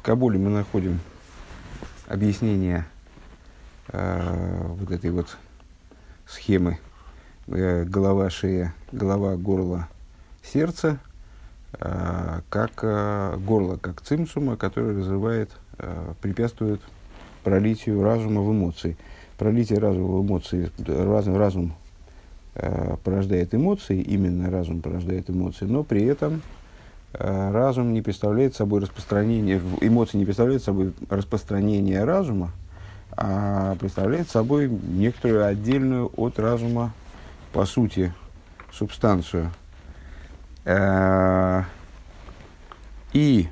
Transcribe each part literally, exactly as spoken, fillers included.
Кабуле мы находим объяснение э, вот этой вот схемы э, голова, шея, голова, горло, сердце, э, как э, горло, как цимсума, который разрывает, э, препятствует пролитию разума в эмоции. Пролитие разума в эмоции, разум, разум э, порождает эмоции, именно разум порождает эмоции, но при этом э, разум не представляет собой распространение, эмоции не представляют собой распространение разума, а представляет собой некоторую отдельную от разума, по сути, субстанцию. Э, и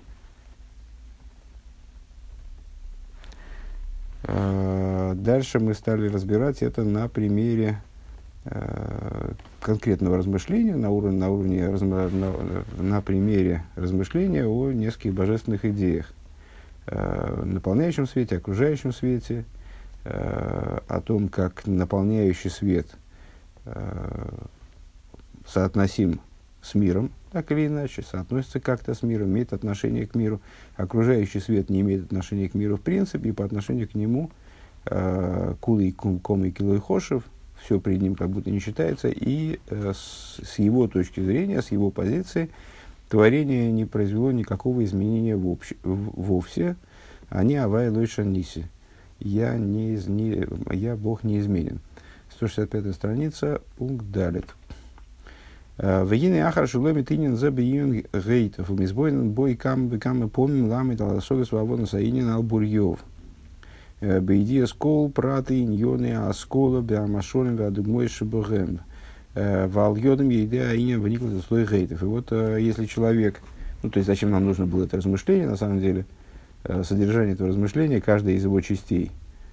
э, дальше мы стали разбирать это на примере э, конкретного размышления, на уровне, на, уровне разм, на, на примере размышления о нескольких божественных идеях. Э, наполняющем свете, окружающем свете, э, о том, как наполняющий свет э, соотносим с миром, так или иначе, соотносится как-то с миром, имеет отношение к миру. Окружающий свет не имеет отношения к миру в принципе, и по отношению к нему э, кулы, ком и килой хошев, все пред ним как будто не считается, и э, с, с его точки зрения, с его позиции, творение не произвело никакого изменения вообще, в, вовсе. Они авай лойша ниси. Я, не, не, я Бог неизменен. сто шестьдесят пятая страница, пункт далит. Вегины ахар шуломи тынин за биюн гейтов. Умизбойнен бой кам бекам помним ламит аласога свободно саинин албурьев. Бейдия скол праты иньоны аскола беамашолем веадугмой шибугэм. Вал-йодом ейде аинин вникла за слой гейтов. И вот если человек, ну то есть зачем нам нужно было это размышление, на самом деле, содержание этого размышления, каждая из его частей,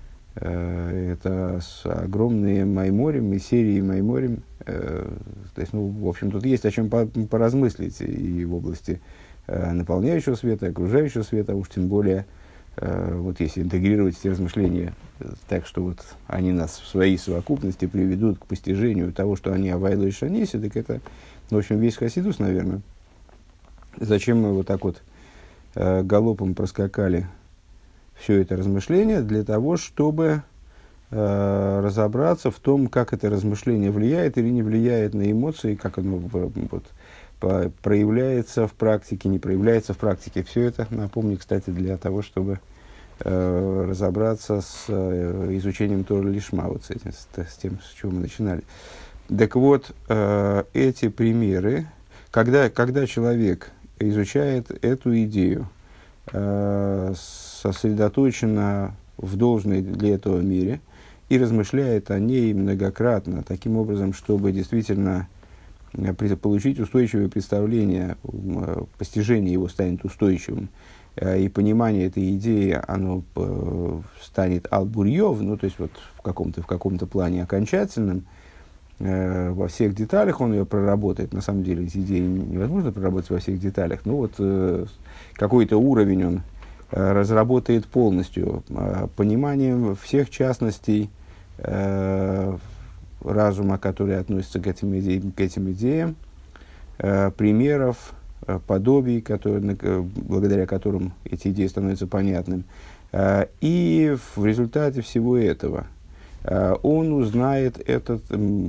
это с огромные майморим и серии майморим. То есть, ну, в общем, тут есть о чем поразмыслить и в области наполняющего света, окружающего света, уж тем более, вот если интегрировать эти размышления так, что вот они нас в своей совокупности приведут к постижению того, что они авайло и шаниси, так это, в общем, весь хасидус, наверное. Зачем мы вот так вот галопом проскакали все это размышление? Для того, чтобы э, разобраться в том, как это размышление влияет или не влияет на эмоции, как оно вот, по, проявляется в практике, не проявляется в практике. Все это, напомню, кстати, для того, чтобы э, разобраться с э, изучением Торы Лишма, вот с, этим, с, с тем, с чего мы начинали. Так вот, э, эти примеры, когда, когда человек изучает эту идею, э, сосредоточенно в должной для этого мире и размышляет о ней многократно, таким образом, чтобы действительно э, при, получить устойчивое представление, э, постижение его станет устойчивым, э, и понимание этой идеи, оно э, станет албурьев, ну, то есть вот в каком-то, в каком-то плане окончательным, во всех деталях он ее проработает. На самом деле эти идеи невозможно проработать во всех деталях, но вот э, какой-то уровень он э, разработает полностью, э, пониманием всех частностей э, разума, которые относятся к этим идеям, к этим идеям э, примеров, э, подобий, которые, э, благодаря которым эти идеи становятся понятными. Э, и в результате всего этого он узнает этот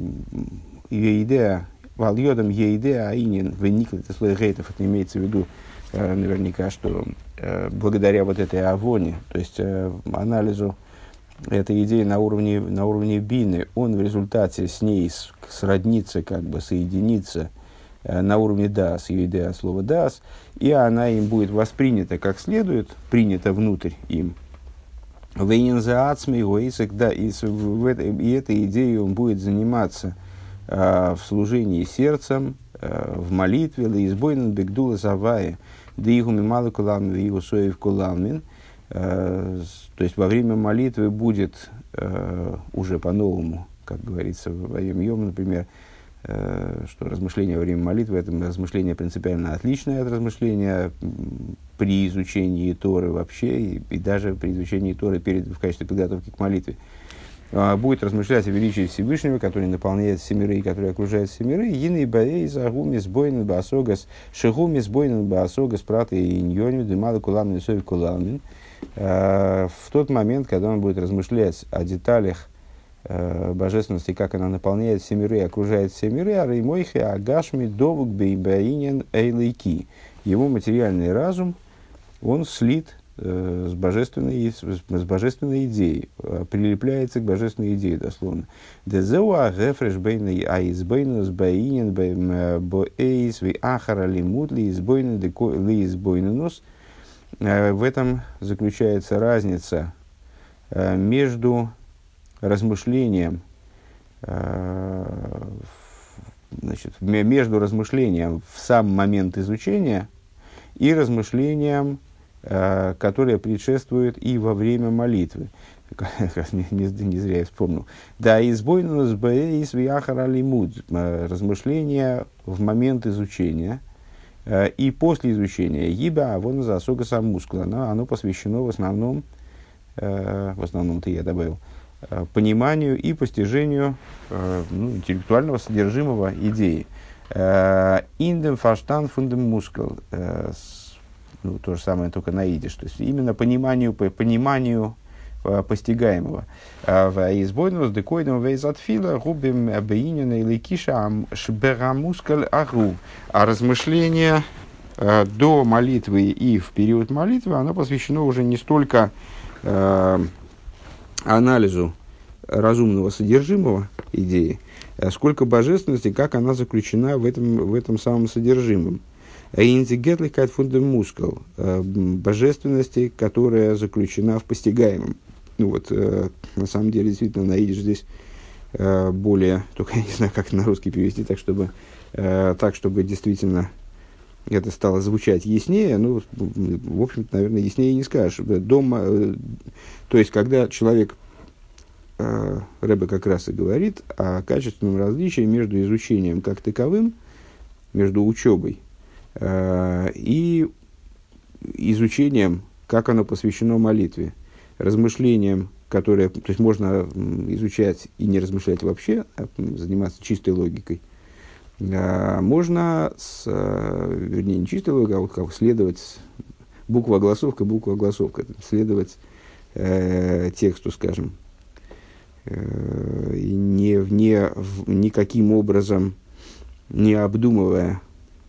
идея, вал-йодом идея аинин веникли слой гейтов. Это имеется в виду наверняка, что благодаря вот этой авоне, то есть анализу этой идеи на уровне, на уровне бины, он в результате с ней сроднится, как бы соединится на уровне дас, ее идея слова дас, и она им будет воспринята как следует, принята внутрь им. Да, и, в этой, и этой идеей он будет заниматься э, в служении сердцем, э, в молитве, леизбойнен бегдула завае, да игуми малы куламин, его соев куламин. То есть во время молитвы будет э, уже по-новому, как говорится в Ваем Йом, например, э, что размышление во время молитвы — это размышление принципиально отличное от размышления при изучении Торы вообще, и, и даже при изучении Торы перед, в качестве подготовки к молитве. будет размышлять о величии Всевышнего, который наполняет все миры и который окружает все миры. Йины баэй загуми сбойнен баасогас шигуми сбойнен баасогас праты и иньоним дымада куламин сови куламин. В тот момент, когда он будет размышлять о деталях божественности, как она наполняет все миры и окружает все миры, а реймойхи агашми довук бейбаинен эйлейки. Его материальный разум, он слит э, с, божественной, с, с божественной идеей, э, прилепляется к божественной идее, дословно. Дезеуа гефреш бейный аизбейнус баинен боэйс ви ахара лимут ли избойнен ли избойненус. В этом заключается разница э, между размышлением, э, значит, между размышлением в сам момент изучения и размышлением, э, которое предшествует и во время молитвы. Не, не, не зря я вспомнил. Да, избойнус бэйс ви ахара лимут. Размышления в момент изучения и после изучения еба, а вон за осога сам мускул, оно, оно посвящено в основном, э, в основном-то я добавил, э, пониманию и постижению э, ну, интеллектуального содержимого идеи. Индем фаштан фундем мускул, ну, то же самое, только на идиш, то есть именно пониманию, по пониманию постигаемого. В избойнус декойдем вейзатфила губим абейнина или киша шберамускаль агу. А размышление э, до молитвы и в период молитвы, оно посвящено уже не столько э, анализу разумного содержимого идеи, сколько божественности, как она заключена в этом, в этом самом содержимом. Инзигетлихкайт фундем мускул, божественности, которая заключена в постигаемом. Ну вот, э, на самом деле, действительно, на идиш здесь э, более, только я не знаю, как на русский перевести, так, чтобы, э, так, чтобы действительно это стало звучать яснее. Ну, в общем-то, наверное, яснее не скажешь. Дома, э, то есть, когда человек, э, Ребе как раз и говорит о качественном различии между изучением как таковым, между учебой, э, и изучением, как оно посвящено молитве. Размышлением, которое, то есть можно изучать и не размышлять вообще, а заниматься чистой логикой. А можно, с, вернее, не чистой логикой, а вот как следовать буква-огласовка, буква-огласовка, следовать э, тексту, скажем, э, и не, не, в, никаким образом не обдумывая,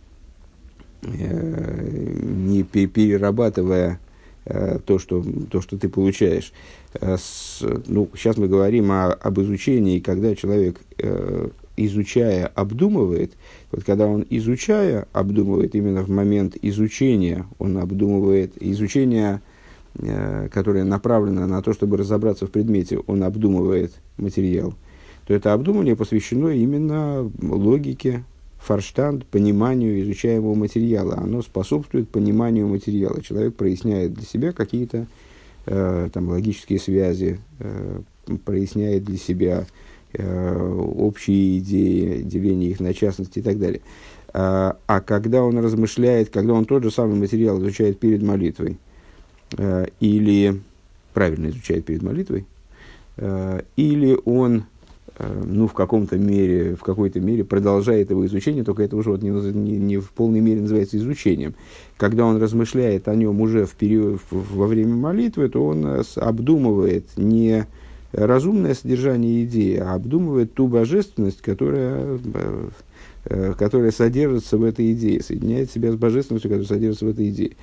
э, не перерабатывая То что, то, что ты получаешь. С, ну, сейчас мы говорим о, об изучении, когда человек, э, изучая, обдумывает. Вот когда он, изучая, обдумывает именно в момент изучения, он обдумывает изучение, э, которое направлено на то, чтобы разобраться в предмете, он обдумывает материал, то это обдумывание посвящено именно логике, форштанд, пониманию изучаемого материала. Оно способствует пониманию материала. Человек проясняет для себя какие-то э, там, логические связи, э, проясняет для себя э, общие идеи, деление их на частности и так далее. А, а когда он размышляет, когда он тот же самый материал изучает перед молитвой, э, или правильно изучает перед молитвой, э, или он ну, в каком-то мере, в какой-то мере продолжает его изучение, только это уже вот не, не, не в полной мере называется изучением. Когда он размышляет о нем уже в период, в, во время молитвы, то он обдумывает не разумное содержание идеи, а обдумывает ту божественность, которая, которая содержится в этой идее, соединяет себя с божественностью, которая содержится в этой идее.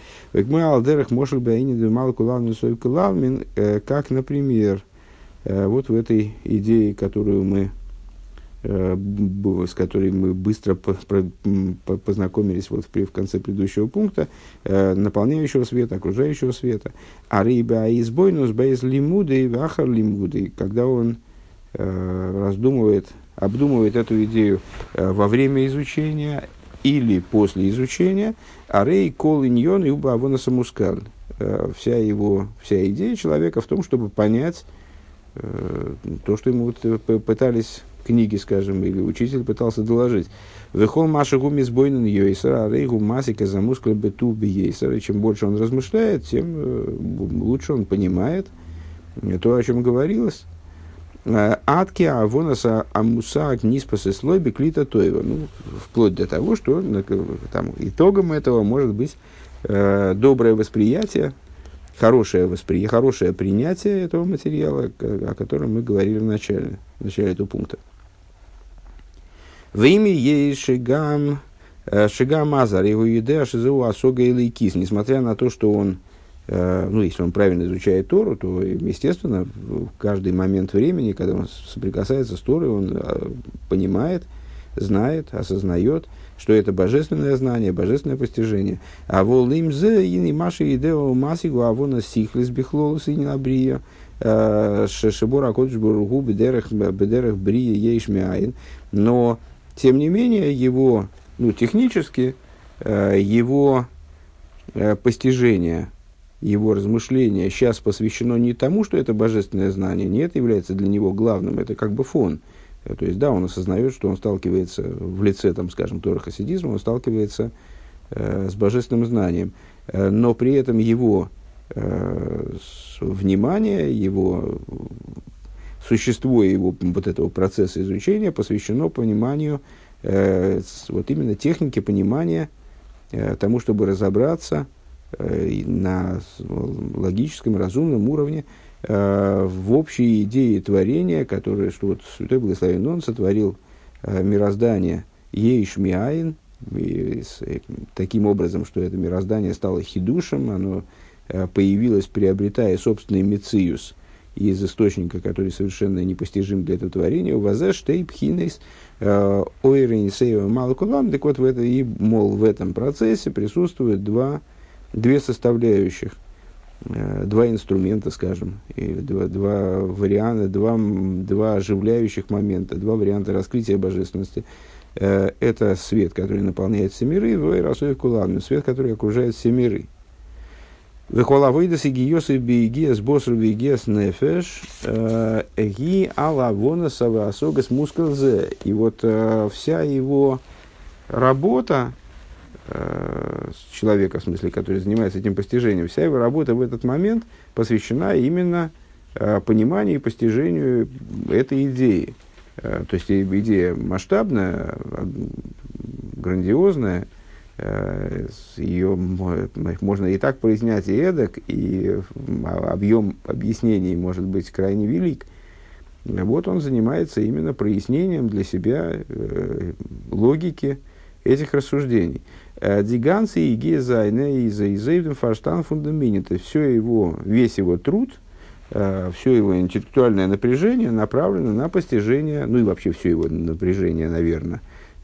Как, например, вот в этой идее, которую мы, с которой мы быстро познакомились вот в конце предыдущего пункта, наполняющего света, окружающего света. А рейба избойнус бейз лимуды и ахар лимуды, когда он раздумывает, обдумывает эту идею во время изучения или после изучения, а рей кол иньон и уба авона самускаль. Вся его, вся идея человека в том, чтобы понять то, что ему вот пытались книги, скажем, или учитель пытался доложить. Вехол маша гуми сбойнен йойсер, а рейгу масика замускля бету бейсер. И чем больше он размышляет, тем лучше он понимает то, о чем говорилось. Атки авонаса амусак ниспасы слой беклита тоева. Ну, вплоть до того, что там, итогом этого может быть э, доброе восприятие, хорошее, воспри... хорошее принятие этого материала, о котором мы говорили в начале, в начале этого пункта. В имя ей шигам шигам азар его еде ашизеу асога или кис. Несмотря на то, что он, ну, если он правильно изучает Тору, то, естественно, в каждый момент времени, когда он соприкасается с Торой, он понимает, знает, осознает, что это божественное знание, божественное постижение. А волим зе и маши идео масигу авона сихлис бихлолус и набрия шебора кодшбургу бедерах бедерах брия ейшмяин. Но тем не менее его, ну, технически его постижение, его размышление сейчас посвящено не тому, что это божественное знание, не это является для него главным, это как бы фон. То есть, да, он осознает, что он сталкивается в лице, там, скажем, Тора хасидизма, он сталкивается э, с божественным знанием, э, но при этом его э, внимание, его существо его вот этого процесса изучения посвящено пониманию, э, вот именно технике понимания, э, тому, чтобы разобраться э, на логическом, разумном уровне в общей идее творения, которое, что вот Святой Благословен Он сотворил э, мироздание Ейш Миаин, и, с, э, таким образом, что это мироздание стало хидушем, оно э, появилось, приобретая собственный мециус из источника, который совершенно непостижим для этого творения, «Вазе штей пхинейс ойренисеева малкулам». Так вот, в это, и, мол, в этом процессе присутствуют два, две составляющих, два инструмента, скажем, или два, два варианта, два, два оживляющих момента, два варианта раскрытия божественности. Это свет, который наполняет все миры, и кулам, свет, который окружает все миры. Вехолавойдас и гиос и биегиас боср биегиас нефеш ги алавона савасогас мускалзе. И вот вся его работа, человека, в смысле, который занимается этим постижением, вся его работа в этот момент посвящена именно э, пониманию и постижению этой идеи. Э, то есть идея масштабная, грандиозная, э, ее можно и так произнять, и эдак, и объем объяснений может быть крайне велик. Вот он занимается именно прояснением для себя э, логики этих рассуждений. Диганцы и гезайне и заизейвден фарштан фундамент. Все его, весь его труд, все его интеллектуальное напряжение направлено на постижение, ну и вообще все его напряжение, наверное,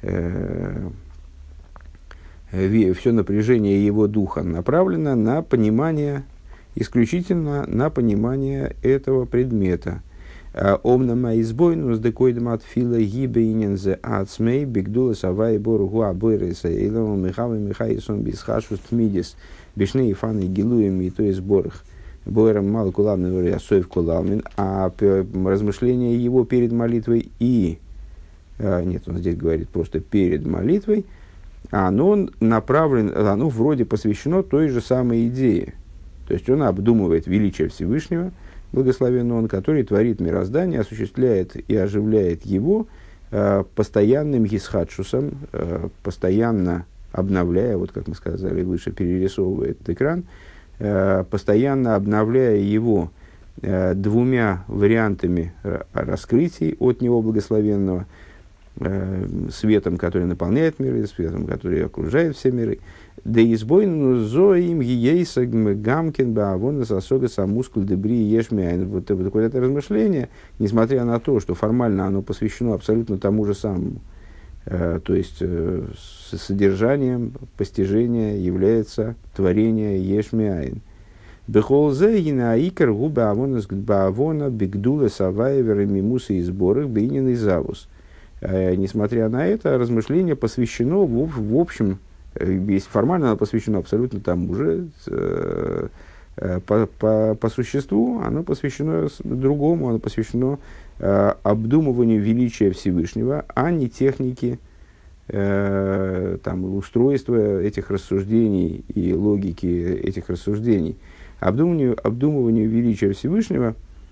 все напряжение его духа направлено на понимание, исключительно на понимание этого предмета. Омнама избойнус декойдем от фила гибейнензе ацмей бигдула савай боргу абойреса илом михавы михайсон бисхашус тмидис бишны и фаны гилуем и то есть борг бойрам мал кулавный вариасоев кулавмин. А размышление его перед молитвой и нет, он здесь говорит просто перед молитвой, оно направлено, оно вроде посвящено той же самой идее. То есть он обдумывает величие Всевышнего, благословен Он, который творит мироздание, осуществляет и оживляет его э, постоянным гисхадшусом, э, постоянно обновляя, вот как мы сказали выше, перерисовывает этот экран, э, постоянно обновляя его э, двумя вариантами раскрытий от Него благословенного, э, светом, который наполняет миры, светом, который окружает все миры. Да избойну зоим гиейса гамкин баавона сосога самускул дебри ешмяин. Вот такое это размышление, несмотря на то, что формально оно посвящено абсолютно тому же самому, э, то есть э, с содержанием постижения является творение ешмяин. Бехолзе гинаикер губа авонас баавона бигдула саваевер мимусы и сборах бейнин и завус. Несмотря на это, размышление посвящено в, в общем. Если формально оно посвящено абсолютно тому же, э, э, по, по, по существу оно посвящено другому, оно посвящено э, обдумыванию величия Всевышнего, а не технике, э, там, устройства этих рассуждений и логики этих рассуждений. Обдумыванию, обдумыванию величия Всевышнего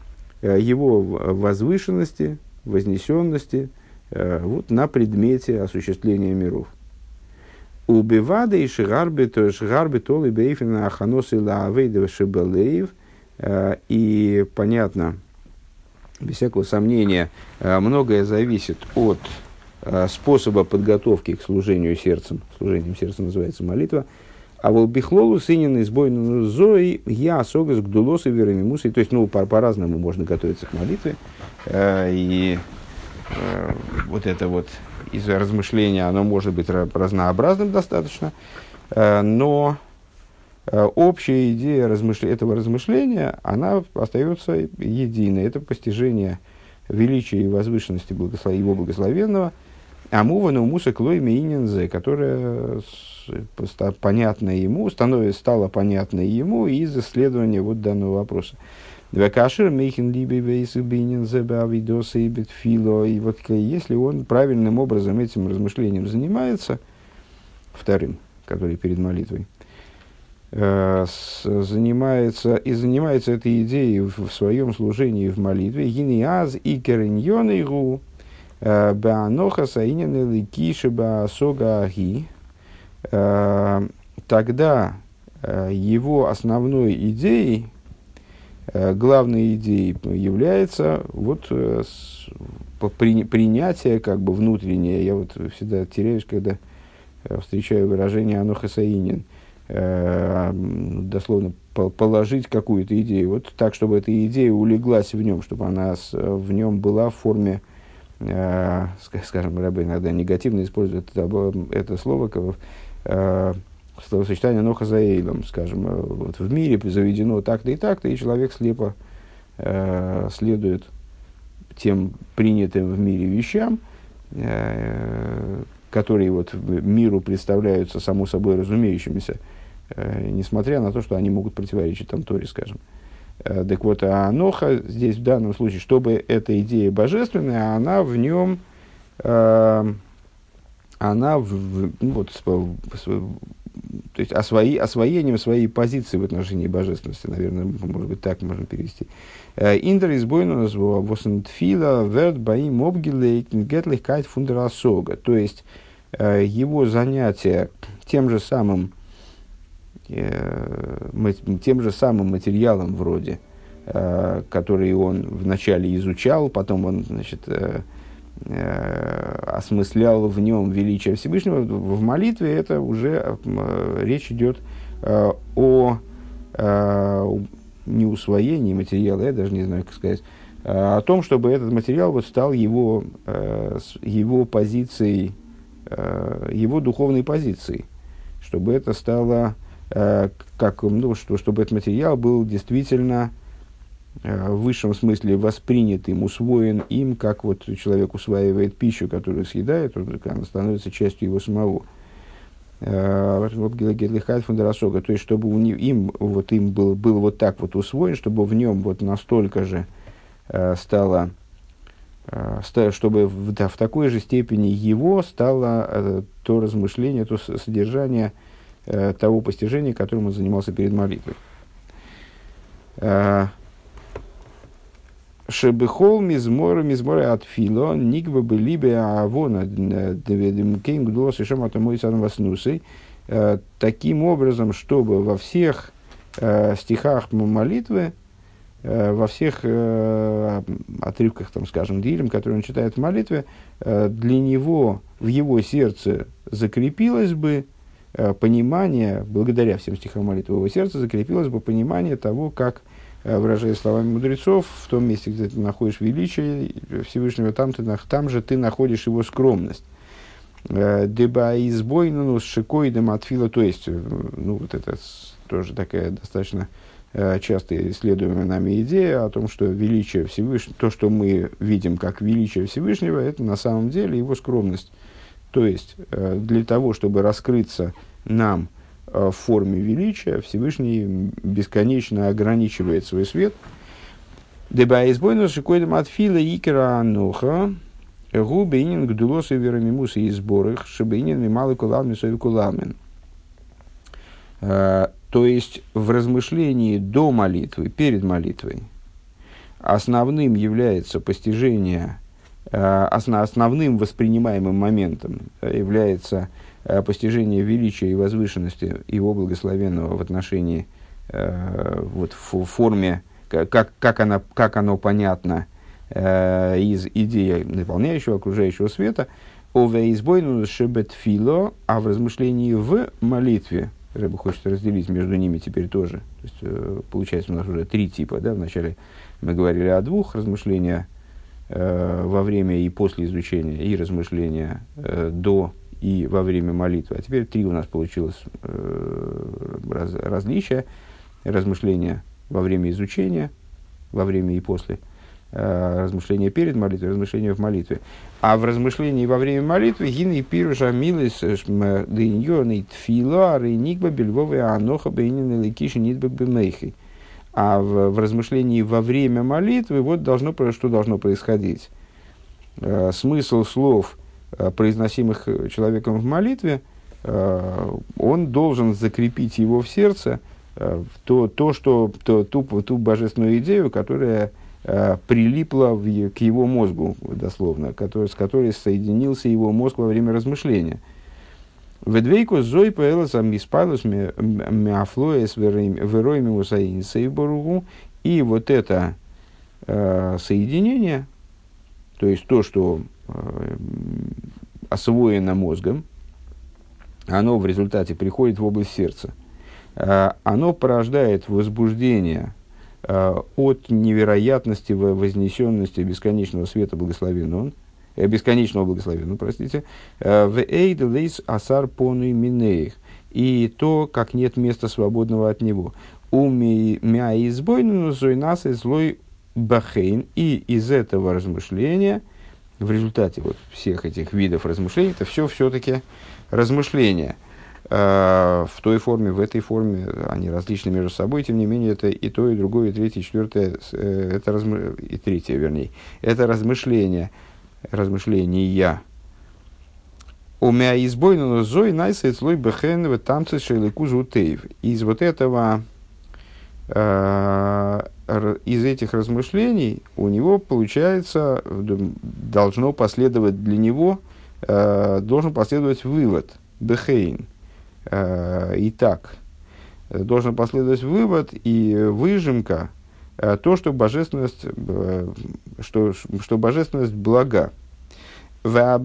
его возвышенности, вознесенности вот, на предмете осуществления миров. Убивада и шигарби, то шигарби толы бейфина аханосы лаавейдова шибалеев. И понятно, без всякого сомнения, многое зависит от способа подготовки к служению сердцем. Служением сердцем называется молитва. А волбихлолу сынин избойну зои я осогас гдулосы верамимусы. То есть, ну, по- по-разному можно готовиться к молитве. И вот это вот из размышления, оно может быть разнообразным достаточно. Но общая идея размышля... этого размышления, она остается единой. Это постижение величия и возвышенности благослов... его благословенного. Амува наумуса клойми ининзе, которая понятна ему, становится, стала понятной ему из исследования вот данного вопроса. Векашир мейхин либе вейсы бининзе бавидоса и бетфило. И вот если он правильным образом этим размышлением занимается, вторым, который перед молитвой, занимается и занимается этой идеей в, в своем служении в молитве, гиниаз и кереньонейгу бааноха саинен ликиши баасога аги, тогда его основной идеей, главной идеей является вот при, принятие как бы внутреннее. Я вот всегда теряюсь, когда встречаю выражение аноха саинен. Дословно положить какую-то идею, вот так, чтобы эта идея улеглась в нем, чтобы она с, в нем была в форме, э, скажем, рабы иногда негативно используют это, это слово, как, э, словосочетание «ноха за эйлом», скажем, вот в мире заведено так-то и так-то, и человек слепо э, следует тем принятым в мире вещам, э, которые вот миру представляются само собой разумеющимися, э, несмотря на то, что они могут противоречить там Торе, скажем. Э, так вот, а аноха здесь в данном случае, чтобы эта идея божественная, она в нем, э, она в, ну, вот, с, с, то есть освои, освоением своей позиции в отношении божественности, наверное, может быть, так можно перевести. Индер избойну восентфила верт баим обгилейт гетлихкайт фундерасога. То есть, его занятие тем же самым, тем же самым материалом вроде, который он вначале изучал, потом он, значит, осмыслял в нем величие Всевышнего, в молитве это уже речь идет о не усвоении материала, я даже не знаю, как сказать, о том, чтобы этот материал вот стал его, его позицией, его духовной позицией, чтобы это стало, как, ну, что, чтобы этот материал был действительно в высшем смысле воспринят им, усвоен им, как вот человек усваивает пищу, которую съедает, она становится частью его самого. То есть, чтобы у них, им, вот, им был, был вот так вот усвоен, чтобы в нем вот настолько же э, стало, э, чтобы в, да, в такой же степени его стало э, то размышление, то содержание э, того постижения, которым он занимался перед молитвой. Шебехол мизмор мизморы от фило никва бы либе авона деведимкейм гдос и шамата мой сам васнусой. Таким образом, чтобы во всех э, стихах молитвы, э, во всех э, отрывках, там, скажем, дилем, которые он читает в молитве, э, для него в его сердце закрепилось бы э, понимание, благодаря всем стихам молитвы, в его сердце закрепилось бы понимание того, как, выражаясь словами мудрецов, в том месте, где ты находишь величие Всевышнего, там, ты, там же ты находишь его скромность. Деба избойну с шикоидом от фила, то есть, ну, вот это тоже такая достаточно часто исследуемая нами идея о том, что величие Всевышнего, то, что мы видим как величие Всевышнего, это на самом деле его скромность. То есть, для того, чтобы раскрыться нам в форме величия, Всевышний бесконечно ограничивает свой свет. Деба избойну с шикоидом от фила икера аноха губейнин гдулосы верамимусы и сборах шебейнин мималы кулалми сови кулалмен. То есть в размышлении до молитвы, перед молитвой, основным является постижение, основным воспринимаемым моментом является постижение величия и возвышенности его благословенного в отношении, вот, в форме, как, как, она, как оно понятно из идеи наполняющего окружающего света, овеизбойну шебетфило, а в размышлении в молитве, Рэбе хочет разделить между ними теперь тоже. То есть, э, получается у нас уже три типа. Да? Вначале мы говорили о двух: размышления э, во время и после изучения, и размышления э, до и во время молитвы. А теперь три у нас получилось э, раз, различия: размышления во время изучения, во время и после, э, размышления перед молитвой, размышления в молитве. А в размышлении во время молитвы гины пируша милис дыньёный тфила рейникба бельвовая аноха бейнин ликиши нитбек бемейхи. А в, в размышлении во время молитвы вот должно, что должно происходить. Э, смысл слов, э, произносимых человеком в молитве, э, он должен закрепить его в сердце, э, то, то, что, то, ту, ту божественную идею, которая прилипла в, к его мозгу, дословно, который, с которой соединился его мозг во время размышления. Ведвейку зой пэлэсам миспайлус миафлоэс вероймиус аинсейборугу. И вот это э, соединение, то есть то, что э, освоено мозгом, оно в результате приходит в область сердца. Э, оно порождает возбуждение от невероятности вознесенности бесконечного света благословенного, э, бесконечного благословенного, простите, в эйд лейс асар пону минеих, и то, как нет места свободного от него. У мя избойну зойнас злой бахейн, и из этого размышления, в результате вот всех этих видов размышлений, это все все-таки размышления. В той форме, в этой форме, они различны между собой, тем не менее, это и то, и другое, и третье, и четвертое, это размы... и третье, вернее, это размышление, размышления. У меня избойно зой найсет слой бэхэн в тамце шейлыку зутеев. Из вот этого, из этих размышлений у него, получается, должно последовать для него, должен последовать вывод, бэхейн. Итак, должен последовать вывод и выжимка, то, что божественность, что, что божественность блага. И вот,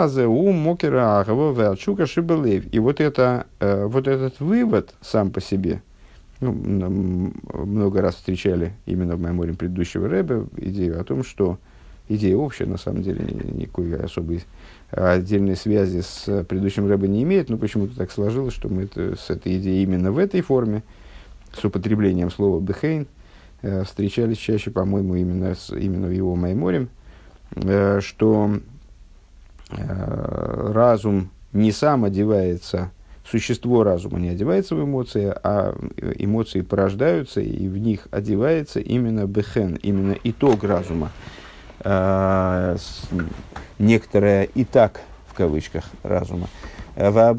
это, вот этот вывод сам по себе, ну, много раз встречали именно в меморе предыдущего Ребе идею о том, что идея общая, на самом деле, никакой особой отдельной связи с предыдущим Ребе не имеет, но почему-то так сложилось, что мы это, с этой идеей именно в этой форме, с употреблением слова «бехейн», э, встречались чаще, по-моему, именно, с, именно в его майморе, э, что э, разум не сам одевается, существо разума не одевается в эмоции, а эмоции порождаются, и в них одевается именно бехен, именно итог разума. Э, с, некоторое «и так», в кавычках, разума. Вот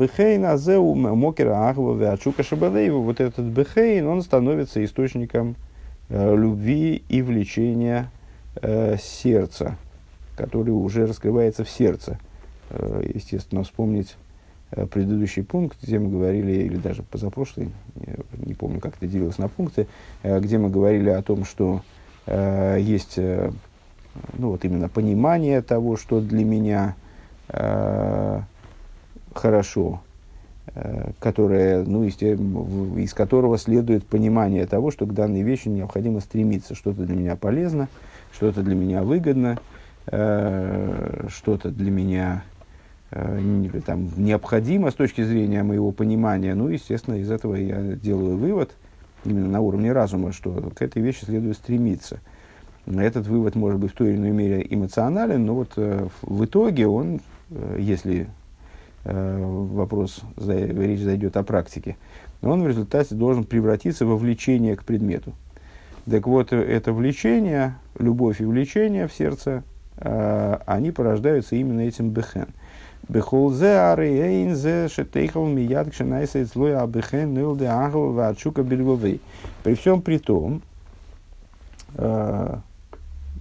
этот бехейн, он становится источником э, любви и влечения э, сердца, который уже раскрывается в сердце. Э, естественно, вспомнить э, предыдущий пункт, где мы говорили, или даже позапрошлый, не помню, как это делилось на пункты, э, где мы говорили о том, что э, есть... Э, ну, вот именно понимание того, что для меня э, хорошо, э, которое, ну, из, из которого следует понимание того, что к данной вещи необходимо стремиться. Что-то для меня полезно, что-то для меня выгодно, э, что-то для меня э, не, там, необходимо с точки зрения моего понимания. Ну, естественно, из этого я делаю вывод, именно на уровне разума, что к этой вещи следует стремиться. Этот вывод может быть в той или иной мере эмоционален, но вот э, в итоге он, э, если э, вопрос, за, речь зайдет о практике, он в результате должен превратиться во влечение к предмету. Так вот, это влечение, любовь и влечение в сердце, э, они порождаются именно этим бехен. Бехолзе арейнзе шетейхал мияд кшенайсет злой абехен нилде ангел ваачука бельвовей. При всем при том, э,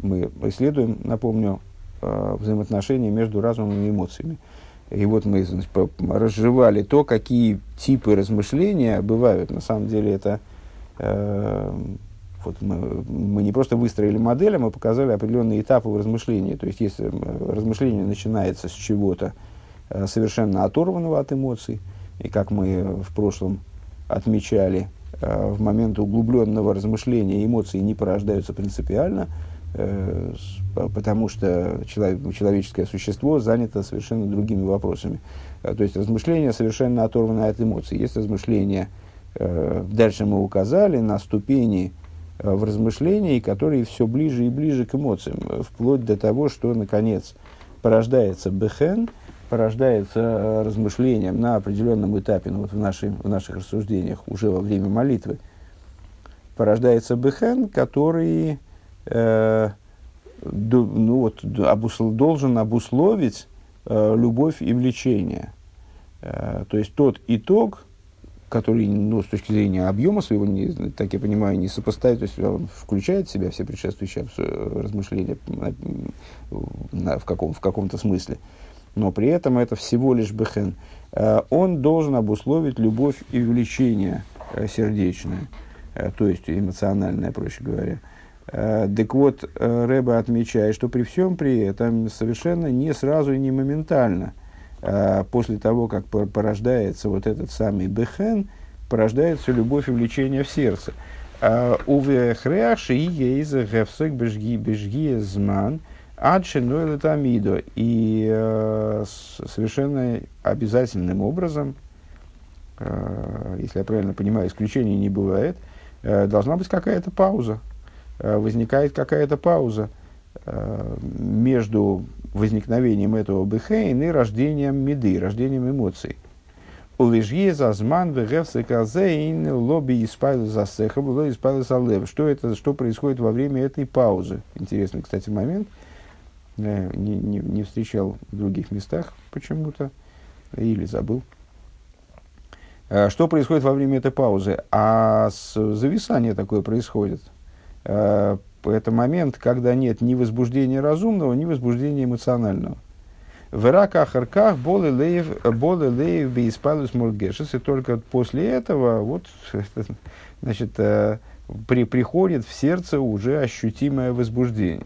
мы исследуем, напомню, взаимоотношения между разумом и эмоциями. И вот мы, значит, разжевали то, какие типы размышления бывают. На самом деле это э, вот мы, мы не просто выстроили модель, а мы показали определенные этапы в размышлении. То есть, если размышление начинается с чего-то э, совершенно оторванного от эмоций, и как мы в прошлом отмечали, э, в момент углубленного размышления эмоции не порождаются принципиально, э, потому что человек, человеческое существо занято совершенно другими вопросами. Э, то есть, размышление совершенно оторвано от эмоций. Есть размышления, э, дальше мы указали на ступени э, в размышлении, которые все ближе и ближе к эмоциям, вплоть до того, что, наконец, порождается бехен, порождается размышлением на определенном этапе, ну, вот в, нашей, в наших рассуждениях, уже во время молитвы, порождается бехен, который э, до, ну, вот, обусл, должен обусловить э, любовь и влечение. Э, то есть тот итог, который, ну, с точки зрения объема своего, не, так я понимаю, не сопоставит, то есть он включает в себя все предшествующие размышления на, на, в, каком, в каком-то смысле. Но при этом это всего лишь бехен. Он должен обусловить любовь и влечение сердечное, то есть эмоциональное, проще говоря. Так вот, Ребе отмечает, что при всем при этом совершенно не сразу и не моментально, после того, как порождается вот этот самый бехен, порождается любовь и влечение в сердце. Увехреаши ейзе гефсек бежги зман, Адшинойлетамидо. И э, совершенно обязательным образом, э, если я правильно понимаю, исключений не бывает, э, должна быть какая-то пауза. Э, возникает какая-то пауза э, между возникновением этого бехейн и рождением миды, рождением эмоций. Увижье зазман вегевсеказейн лобби испайлы засехаб, лобби испайлы салев. Что это, что происходит во время этой паузы? Интересный, кстати, момент. Не, не, не встречал в других местах почему-то, или забыл. Что происходит во время этой паузы? А с, зависание такое происходит. Это момент, когда нет ни возбуждения разумного, ни возбуждения эмоционального. В раках арках болы леев бейспалус моргешес, и только после этого вот, значит, при, приходит в сердце уже ощутимое возбуждение.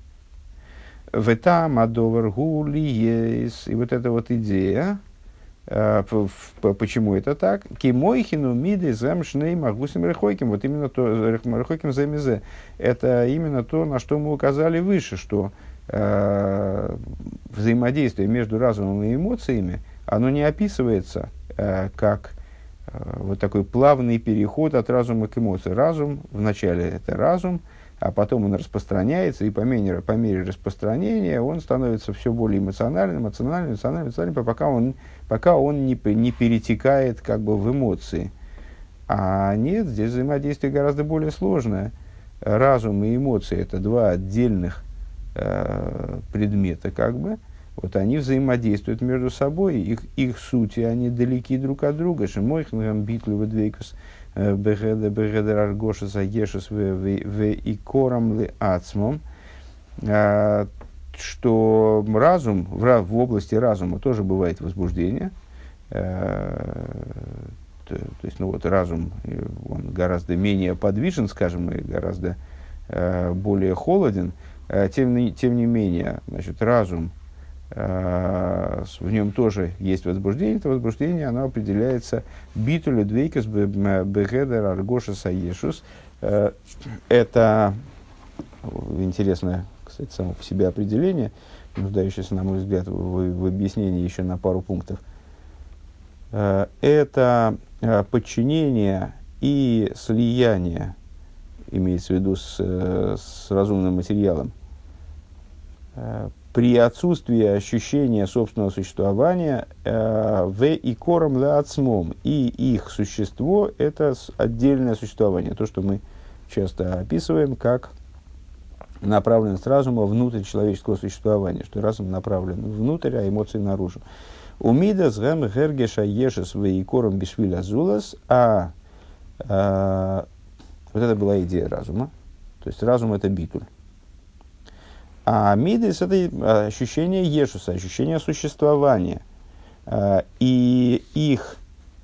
Вета мадовар гули есть. И вот эта вот идея, э, п, п, почему это так? Кимойхину миды зам шней магусим рехойким. Вот именно то, рехойким замизе. Это именно то, на что мы указали выше, что э, взаимодействие между разумом и эмоциями, оно не описывается э, как э, вот такой плавный переход от разума к эмоции. Разум, вначале это разум, а потом он распространяется, и по мере, по мере распространения он становится все более эмоциональным, эмоциональным, эмоциональным, эмоциональным, пока он, пока он не, не перетекает как бы в эмоции. А нет, здесь взаимодействие гораздо более сложное. Разум и эмоции – это два отдельных э, предмета, как бы. Вот они взаимодействуют между собой, их, их сути, они далеки друг от друга. Шемойхнгам битлю ведвейкус бегеда бегеда аргоша заешус в икорам ли ацмом, что разум, в, в области разума тоже бывает возбуждение. То, то есть, ну вот разум, он гораздо менее подвижен, скажем, и гораздо более холоден. Тем, тем не менее, значит, разум, в нем тоже есть возбуждение. Это возбуждение, оно определяется битулю двейкас бегедер аргоша саешус. Это интересное, кстати, само по себе определение, нуждающееся, на мой взгляд, в, в объяснении еще на пару пунктов. Это подчинение и слияние, имеется в виду с, с разумным материалом, при отсутствии ощущения собственного существования э, в и кором леацмом, и их существо – это отдельное существование, то, что мы часто описываем как направленность разума внутрь человеческого существования, что разум направлен внутрь, а эмоции наружу. Умидас гэм гергеша ешес в и кором бишвиль азулас, а э, вот это была идея разума, то есть разум – это битуль. А мидейс – это ощущение ешуса, ощущение существования. И их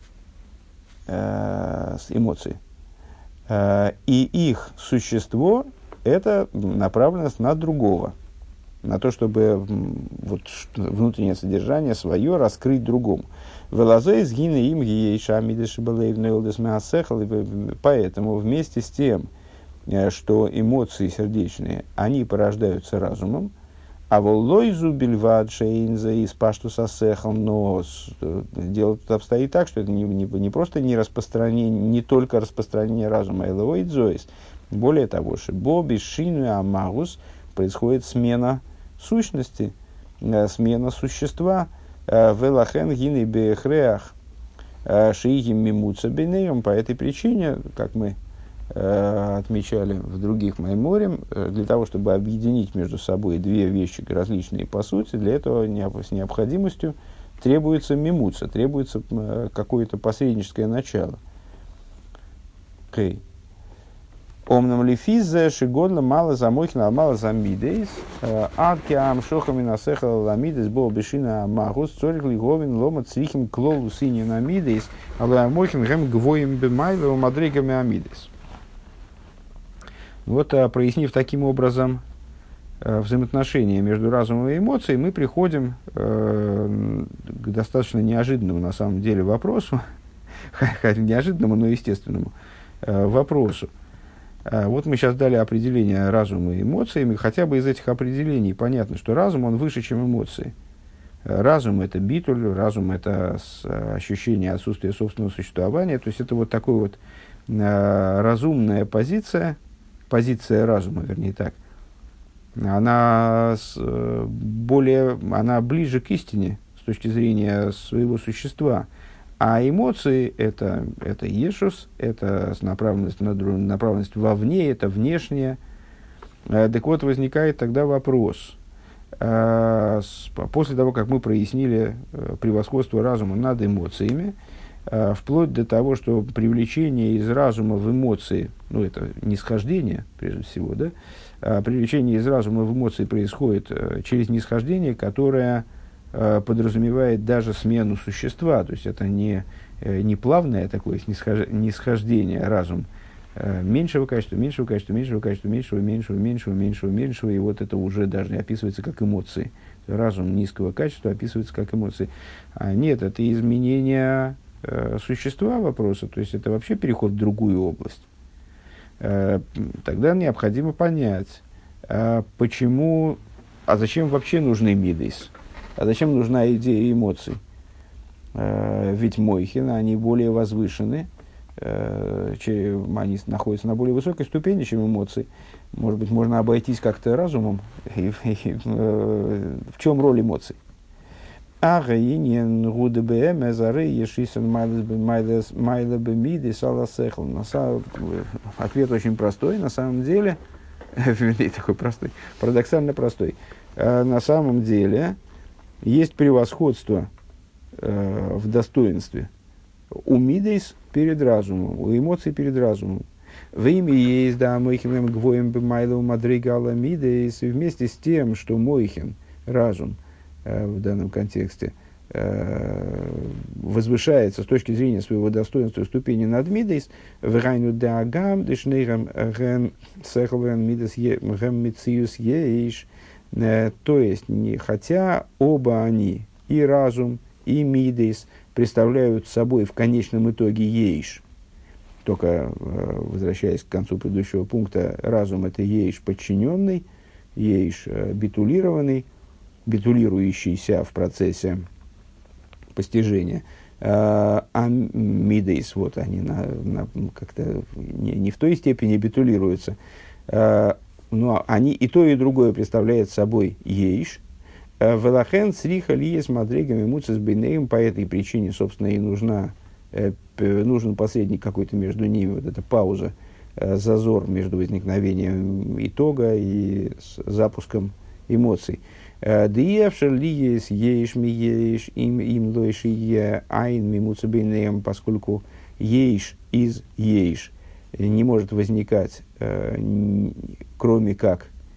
эмоции. И их существо – это направленность на другого. На то, чтобы вот, внутреннее содержание свое раскрыть другому. Поэтому вместе с тем, что эмоции сердечные, они порождаются разумом, а воллойзу бельвад шейнза из паштуса сехал, но дело тут обстоит так, что это не, не, не просто не распространение, не только распространение разума, элоидзоис. Более того, что боби шину амагус происходит смена сущности, смена существа. Велахен гины бехреах шиигим мимуца бенеем. По этой причине, как мы отмечали в других майморем, для того, чтобы объединить между собой две вещи различные по сути, для этого с необходимостью требуется мимуца, требуется какое-то посредническое начало. Okay. Омнам лифизе шигодла мало замойхна, мало замидейс, адки амшохами насехала ламидейс, бол бешина амагус, цорих лиговин лома црихим клолу синин амидейс, але амойхин гэм гвоим бемайло мадригами амидейс. Вот, прояснив таким образом взаимоотношения между разумом и эмоцией, мы приходим э, к достаточно неожиданному на самом деле вопросу, хотя неожиданному, но естественному э, вопросу. Э, вот мы сейчас дали определение разума и эмоциями, хотя бы из этих определений понятно, что разум, он выше, чем эмоции. Разум – это битуль, разум – это ощущение отсутствия собственного существования, то есть это вот такая вот э, разумная позиция, позиция разума, вернее так, она, более, она ближе к истине с точки зрения своего существа. А эмоции – это, это ешус, это направленность, направленность вовне, это внешнее. Так вот, возникает тогда вопрос. После того, как мы прояснили превосходство разума над эмоциями, вплоть до того, что привлечение из разума в эмоции, ну, это нисхождение, прежде всего, да, а привлечение из разума в эмоции происходит через нисхождение, которое а, подразумевает даже смену существа, то есть это не, не плавное такое нисхождение, разум а, меньшего качества, меньшего качества, меньшего качества, меньшего, меньшего, меньшего, меньшего, меньшего, и вот это уже даже описывается как эмоции. Разум низкого качества описывается как эмоции. А нет, это изменение существа вопроса, то есть это вообще переход в другую область. Тогда необходимо понять, почему, а зачем вообще нужны мидейс, а зачем нужна идея эмоций. Ведь мойхин, они более возвышены, они находятся на более высокой ступени, чем эмоции. Может быть, можно обойтись как-то разумом. В чем роль эмоций? Ответ очень простой, на самом деле, такой простой, парадоксально простой. На самом деле есть превосходство э, в достоинстве у мидейс перед разумом, у эмоций перед разумом. В имя есть, да, мойхин гвоем бемайлу мадригала мидейс, и вместе с тем, что мойхин, разум, в данном контексте, возвышается с точки зрения своего достоинства ступени над мидейс, врайну дагам дешнейрам гэм сэхлвэн мидес гэм мициюс ейш, то есть, не, хотя оба они, и разум, и мидейс, представляют собой в конечном итоге ейш, только возвращаясь к концу предыдущего пункта, разум это ейш подчиненный, ейш битулированный, битулирующийся в процессе постижения, а, а мидейс, вот они на, на, как-то не, не в той степени битулируются, а, но они и то, и другое представляют собой ейш. Велахен сриха лиес мадрегами муцис бейнеем, по этой причине, собственно, и нужна, э, нужен посредник какой-то между ними, вот эта пауза, э, зазор между возникновением итога и с запуском эмоций. Диевшер ли есть ейш ми ейш им им лойши е айн мимуца бейнеем, поскольку ейш из ейш не может возникать, э, кроме как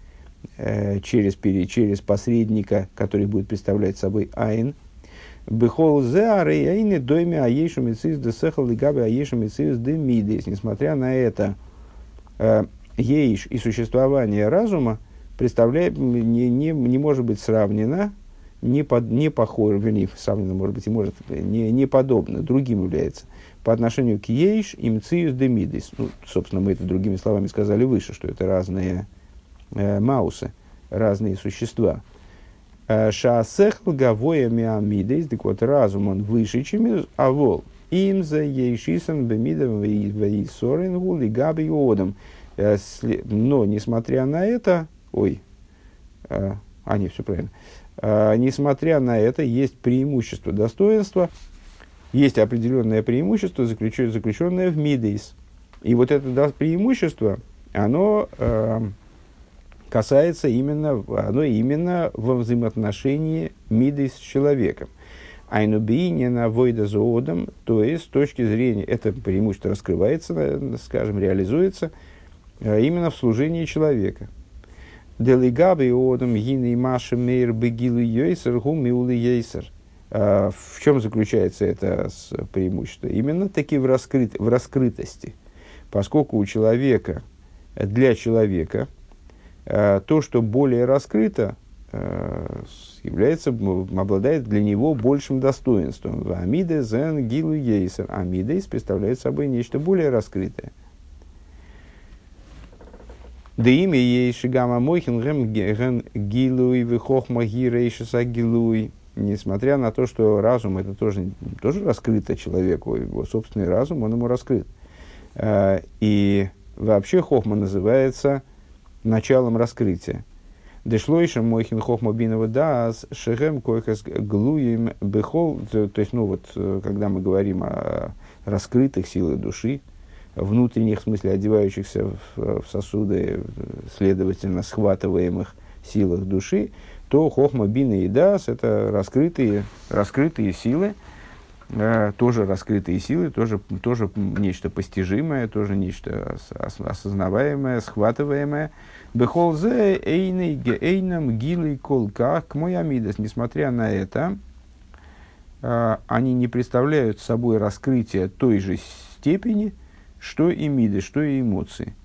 э, через, пере, через посредника, который будет представлять собой айн. Бехол зе арей айны дойме аешу мециус де сехал и габе аешу мециус де мидес. Несмотря на это, э, ейш и существование разума представляет, не, не, не может быть сравнено, не, под, не похоже, вернее, сравнено, может быть, и может, не, не подобно, другим является, по отношению к ейш и мциус де мидес. Ну, собственно, мы это другими словами сказали выше, что это разные э, маусы, разные существа. Шаасехл гавоя миамидес, так вот, разум, он выше, чем авол. Им за ейшисан бемидом вейсорин гули габи одам. Но, несмотря на это, ой, а, а нет, все правильно. А, несмотря на это, есть преимущество достоинства, есть определенное преимущество, заключенное в мидейс. И вот это да, преимущество, оно а, касается именно, оно именно во взаимоотношении мидейс с человеком. Айнубиине на войда зоодом, то есть с точки зрения, это преимущество раскрывается, скажем, реализуется именно в служении человека. Делигаби одам гины маши мейр бегилу йойсер гумиулы йойсер. В чем заключается это преимущество? Именно таки в, раскрыт, в раскрытости. Поскольку у человека, для человека, то, что более раскрыто, является, обладает для него большим достоинством. Амиде зен гилу йойсер. Амидес представляет собой нечто более раскрытое. Да имя ей шигама мойхин ген гилуй вихохма гирейшиса гилуй. Несмотря на то, что разум это тоже, тоже раскрыто человеку, его собственный разум, он ему раскрыт. И вообще хохма называется началом раскрытия. Дешлойшем мойхин хохма бинова даас шехем койхас глуим бехол. То есть, ну вот, когда мы говорим о раскрытых силах души, внутренних, в смысле, одевающихся в, в сосуды, следовательно, схватываемых силах души, то хохма, бина и дас – это раскрытые, раскрытые силы, э, тоже раскрытые силы, тоже, тоже нечто постижимое, тоже нечто ос, осознаваемое, схватываемое. Бехолзе эйный гейном гилый колка к мой амидас. Несмотря на это, э, они не представляют собой раскрытие той же степени, что и миды, что и эмоции.